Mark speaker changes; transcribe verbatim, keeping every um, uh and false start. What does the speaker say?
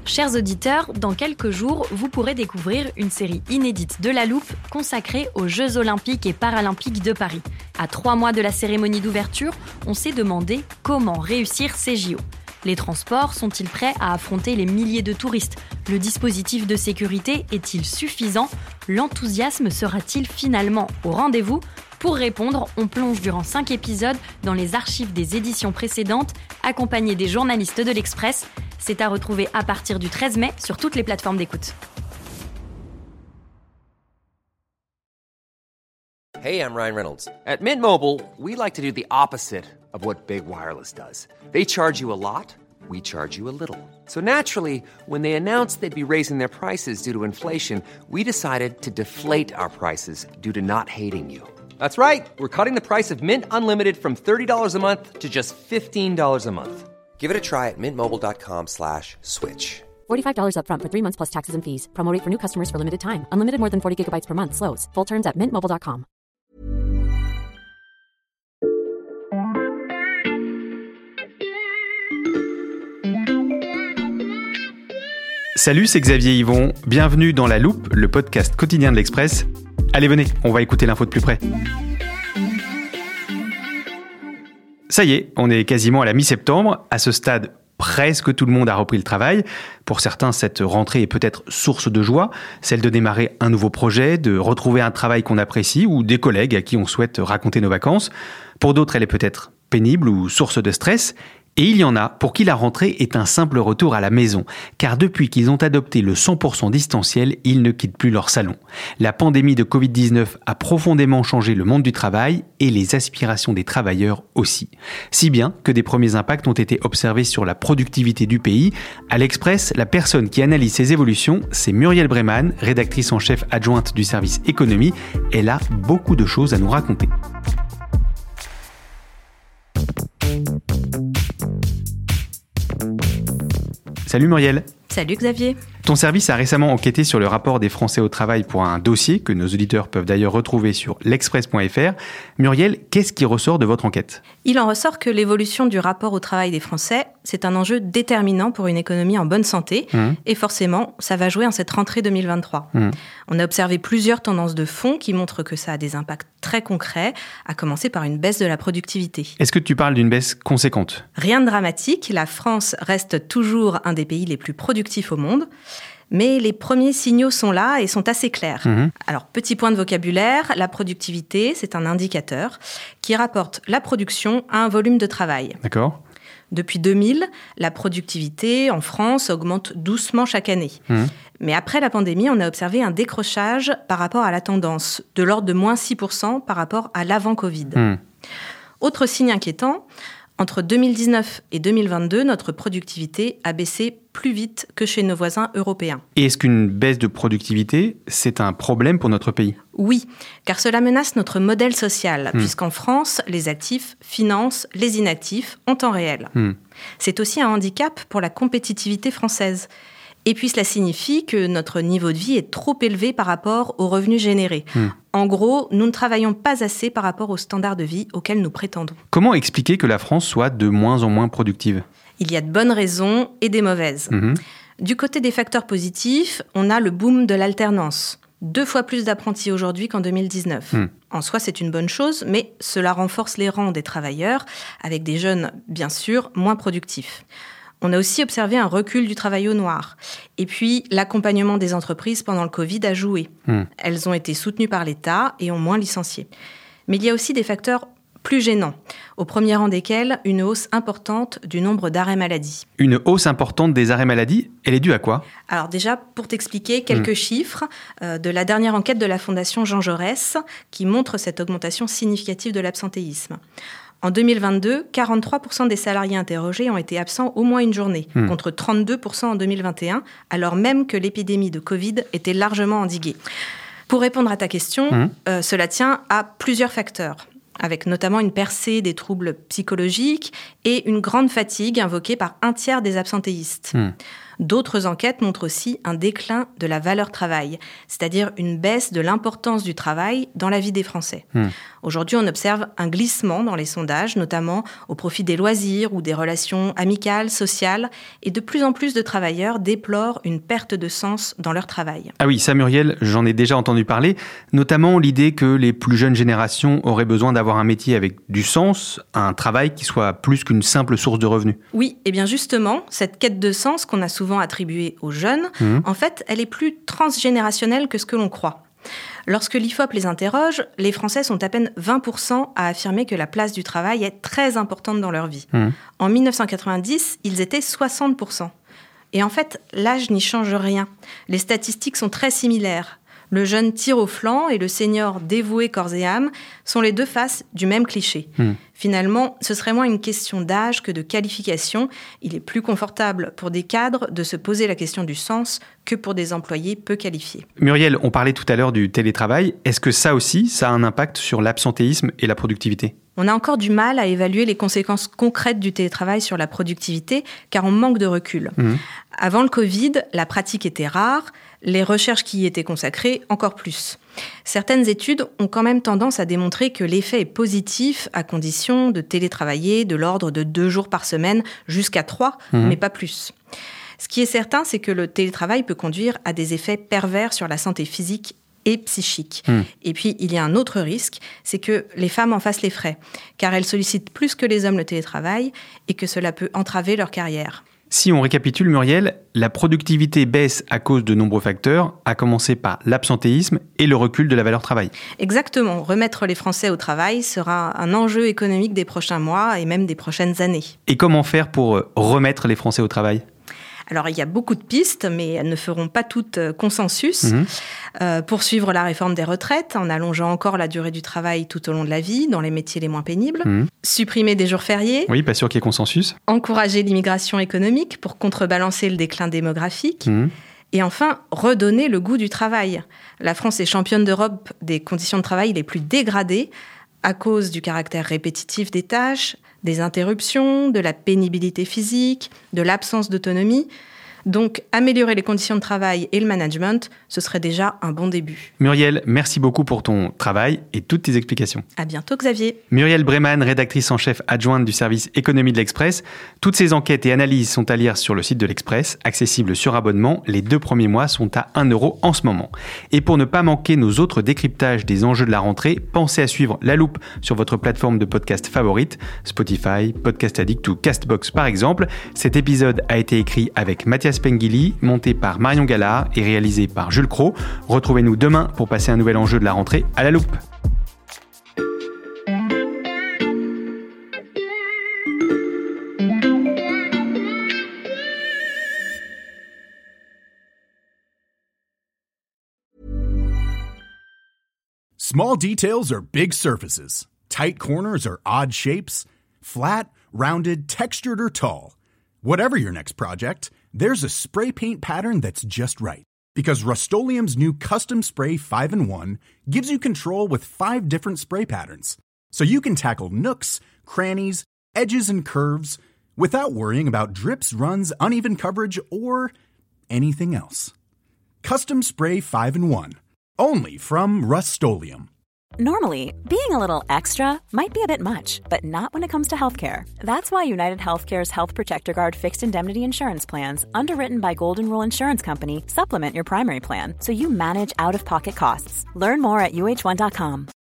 Speaker 1: Chers auditeurs, dans quelques jours, vous pourrez découvrir une série inédite de La Loupe consacrée aux Jeux Olympiques et Paralympiques de Paris. À trois mois de la cérémonie d'ouverture, on s'est demandé comment réussir ces J O. Les transports sont-ils prêts à affronter les milliers de touristes ? Le dispositif de sécurité est-il suffisant ? L'enthousiasme sera-t-il finalement au rendez-vous ? Pour répondre, on plonge durant cinq épisodes dans les archives des éditions précédentes, accompagnés des journalistes de l'Express. C'est à retrouver à partir du treize mai sur toutes les plateformes d'écoute.
Speaker 2: Hey, I'm Ryan Reynolds. At Mint Mobile, we like to do the opposite of what Big Wireless does. They charge you a lot, we charge you a little. So naturally, when they announced they'd be raising their prices due to inflation, we decided to deflate our prices due to not hating you. That's right. We're cutting the price of Mint Unlimited from thirty dollars a month to just fifteen dollars a month. Give it a try at mintmobile.com slash switch.
Speaker 3: forty-five dollars up front for three months plus taxes and fees. Promo rate for new customers for limited time. Unlimited more than forty gigabytes per month. Slows full terms at mint mobile dot com.
Speaker 4: Salut, c'est Xavier Yvon. Bienvenue dans La Loupe, le podcast quotidien de l'Express. Allez, venez, on va écouter l'info de plus près. Ça y est, on est quasiment à la mi-septembre. À ce stade, presque tout le monde a repris le travail. Pour certains, cette rentrée est peut-être source de joie, celle de démarrer un nouveau projet, de retrouver un travail qu'on apprécie ou des collègues à qui on souhaite raconter nos vacances. Pour d'autres, elle est peut-être pénible ou source de stress. Et il y en a pour qui la rentrée est un simple retour à la maison, car depuis qu'ils ont adopté le cent pour cent distanciel, ils ne quittent plus leur salon. La pandémie de covid dix-neuf a profondément changé le monde du travail et les aspirations des travailleurs aussi. Si bien que des premiers impacts ont été observés sur la productivité du pays. À l'Express, la personne qui analyse ces évolutions, c'est Muriel Breyman, rédactrice en chef adjointe du service économie. Elle a beaucoup de choses à nous raconter. Salut Muriel.
Speaker 1: Salut Xavier.
Speaker 4: Ton service a récemment enquêté sur le rapport des Français au travail pour un dossier que nos auditeurs peuvent d'ailleurs retrouver sur l'express point f r. Muriel, qu'est-ce qui ressort de votre enquête ?
Speaker 5: Il en ressort que l'évolution du rapport au travail des Français, c'est un enjeu déterminant pour une économie en bonne santé. Mmh. Et forcément, ça va jouer en cette rentrée deux mille vingt-trois. Mmh. On a observé plusieurs tendances de fond qui montrent que ça a des impacts très concrets, à commencer par une baisse de la productivité.
Speaker 4: Est-ce que tu parles d'une baisse conséquente ?
Speaker 5: Rien de dramatique, la France reste toujours un des pays les plus productifs au monde. Mais les premiers signaux sont là et sont assez clairs. Mmh. Alors, petit point de vocabulaire, la productivité, c'est un indicateur qui rapporte la production à un volume de travail.
Speaker 4: D'accord.
Speaker 5: Depuis deux mille, la productivité en France augmente doucement chaque année. Mmh. Mais après la pandémie, on a observé un décrochage par rapport à la tendance, de l'ordre de moins six pour cent par rapport à l'avant-Covid. Mmh. Autre signe inquiétant, entre deux mille dix-neuf et deux mille vingt-deux, notre productivité a baissé plus vite que chez nos voisins européens.
Speaker 4: Et est-ce qu'une baisse de productivité, c'est un problème pour notre pays ?
Speaker 5: Oui, car cela menace notre modèle social, mmh. puisqu'en France, les actifs financent les inactifs en temps réel. Mmh. C'est aussi un handicap pour la compétitivité française. Et puis cela signifie que notre niveau de vie est trop élevé par rapport aux revenus générés. Mmh. En gros, nous ne travaillons pas assez par rapport aux standards de vie auxquels nous prétendons.
Speaker 4: Comment expliquer que la France soit de moins en moins productive ?
Speaker 5: Il y a de bonnes raisons et des mauvaises. Mmh. Du côté des facteurs positifs, on a le boom de l'alternance. Deux fois plus d'apprentis aujourd'hui qu'en deux mille dix-neuf. Mmh. En soi, c'est une bonne chose, mais cela renforce les rangs des travailleurs, avec des jeunes, bien sûr, moins productifs. On a aussi observé un recul du travail au noir. Et puis, l'accompagnement des entreprises pendant le Covid a joué. Mmh. Elles ont été soutenues par l'État et ont moins licencié. Mais il y a aussi des facteurs plus gênants, au premier rang desquels une hausse importante du nombre d'arrêts maladie.
Speaker 4: Une hausse importante des arrêts maladie, elle est due à quoi ?
Speaker 5: Alors déjà, pour t'expliquer, quelques mmh. chiffres euh, de la dernière enquête de la Fondation Jean Jaurès qui montre cette augmentation significative de l'absentéisme. En deux mille vingt-deux, quarante-trois pour cent des salariés interrogés ont été absents au moins une journée, mmh. contre trente-deux pour cent en deux mille vingt et un, alors même que l'épidémie de Covid était largement endiguée. Pour répondre à ta question, mmh. euh, cela tient à plusieurs facteurs, avec notamment une percée des troubles psychologiques et une grande fatigue invoquée par un tiers des absentéistes. Mmh. D'autres enquêtes montrent aussi un déclin de la valeur travail, c'est-à-dire une baisse de l'importance du travail dans la vie des Français. Mmh. Aujourd'hui, on observe un glissement dans les sondages, notamment au profit des loisirs ou des relations amicales, sociales, et de plus en plus de travailleurs déplorent une perte de sens dans leur travail.
Speaker 4: Ah oui, ça Muriel, j'en ai déjà entendu parler, notamment l'idée que les plus jeunes générations auraient besoin d'avoir un métier avec du sens, un travail qui soit plus qu'une simple source de revenus.
Speaker 5: Oui, et bien justement, cette quête de sens qu'on a souvent attribuée aux jeunes, mmh. en fait, elle est plus transgénérationnelle que ce que l'on croit. Lorsque l'I F O P les interroge, les Français sont à peine vingt pour cent à affirmer que la place du travail est très importante dans leur vie. Mmh. En dix-neuf cent quatre-vingt-dix, ils étaient soixante pour cent. Et en fait, l'âge n'y change rien. Les statistiques sont très similaires. Le jeune tire au flanc et le senior dévoué corps et âme sont les deux faces du même cliché. Mmh. Finalement, ce serait moins une question d'âge que de qualification. Il est plus confortable pour des cadres de se poser la question du sens que pour des employés peu qualifiés.
Speaker 4: Muriel, on parlait tout à l'heure du télétravail. Est-ce que ça aussi, ça a un impact sur l'absentéisme et la productivité ?
Speaker 5: On a encore du mal à évaluer les conséquences concrètes du télétravail sur la productivité, car on manque de recul. Mmh. Avant le Covid, la pratique était rare, les recherches qui y étaient consacrées encore plus. Certaines études ont quand même tendance à démontrer que l'effet est positif à condition de télétravailler de l'ordre de deux jours par semaine jusqu'à trois, mmh. mais pas plus. Ce qui est certain, c'est que le télétravail peut conduire à des effets pervers sur la santé physique et psychique. Mmh. Et puis, il y a un autre risque, c'est que les femmes en fassent les frais, car elles sollicitent plus que les hommes le télétravail et que cela peut entraver leur carrière.
Speaker 4: Si on récapitule, Muriel, la productivité baisse à cause de nombreux facteurs, à commencer par l'absentéisme et le recul de la valeur travail.
Speaker 5: Exactement. Remettre les Français au travail sera un enjeu économique des prochains mois et même des prochaines années.
Speaker 4: Et comment faire pour remettre les Français au travail ?
Speaker 5: Alors, il y a beaucoup de pistes, mais elles ne feront pas toutes consensus. Mmh. Euh, poursuivre la réforme des retraites en allongeant encore la durée du travail tout au long de la vie, dans les métiers les moins pénibles. Mmh. Supprimer des jours fériés.
Speaker 4: Oui, pas sûr qu'il y ait consensus.
Speaker 5: Encourager l'immigration économique pour contrebalancer le déclin démographique. Mmh. Et enfin, redonner le goût du travail. La France est championne d'Europe des conditions de travail les plus dégradées à cause du caractère répétitif des tâches, des interruptions, de la pénibilité physique, de l'absence d'autonomie. Donc, améliorer les conditions de travail et le management, ce serait déjà un bon début.
Speaker 4: Muriel, merci beaucoup pour ton travail et toutes tes explications.
Speaker 5: À bientôt, Xavier.
Speaker 4: Muriel Breyman, rédactrice en chef adjointe du service économie de l'Express. Toutes ces enquêtes et analyses sont à lire sur le site de l'Express, accessible sur abonnement. Les deux premiers mois sont à un euro en ce moment. Et pour ne pas manquer nos autres décryptages des enjeux de la rentrée, pensez à suivre La Loupe sur votre plateforme de podcast favorite, Spotify, Podcast Addict ou Castbox par exemple. Cet épisode a été écrit avec Mathias Pengili, monté par Marion Gallard et réalisé par Jules Cros. Retrouvez-nous demain pour passer un nouvel enjeu de la rentrée à la loupe.
Speaker 6: Small details are big surfaces. Tight corners are odd shapes. Flat, rounded, textured, or tall. Whatever your next project, there's a spray paint pattern that's just right. Because Rust-Oleum's new Custom Spray five in one gives you control with five different spray patterns. So you can tackle nooks, crannies, edges, and curves without worrying about drips, runs, uneven coverage, or anything else. Custom Spray five in one. Only from Rust-Oleum.
Speaker 7: Normally, being a little extra might be a bit much, but not when it comes to healthcare. That's why United Healthcare's Health Protector Guard fixed indemnity insurance plans, underwritten by Golden Rule Insurance Company, supplement your primary plan so you manage out-of-pocket costs. Learn more at U H one dot com.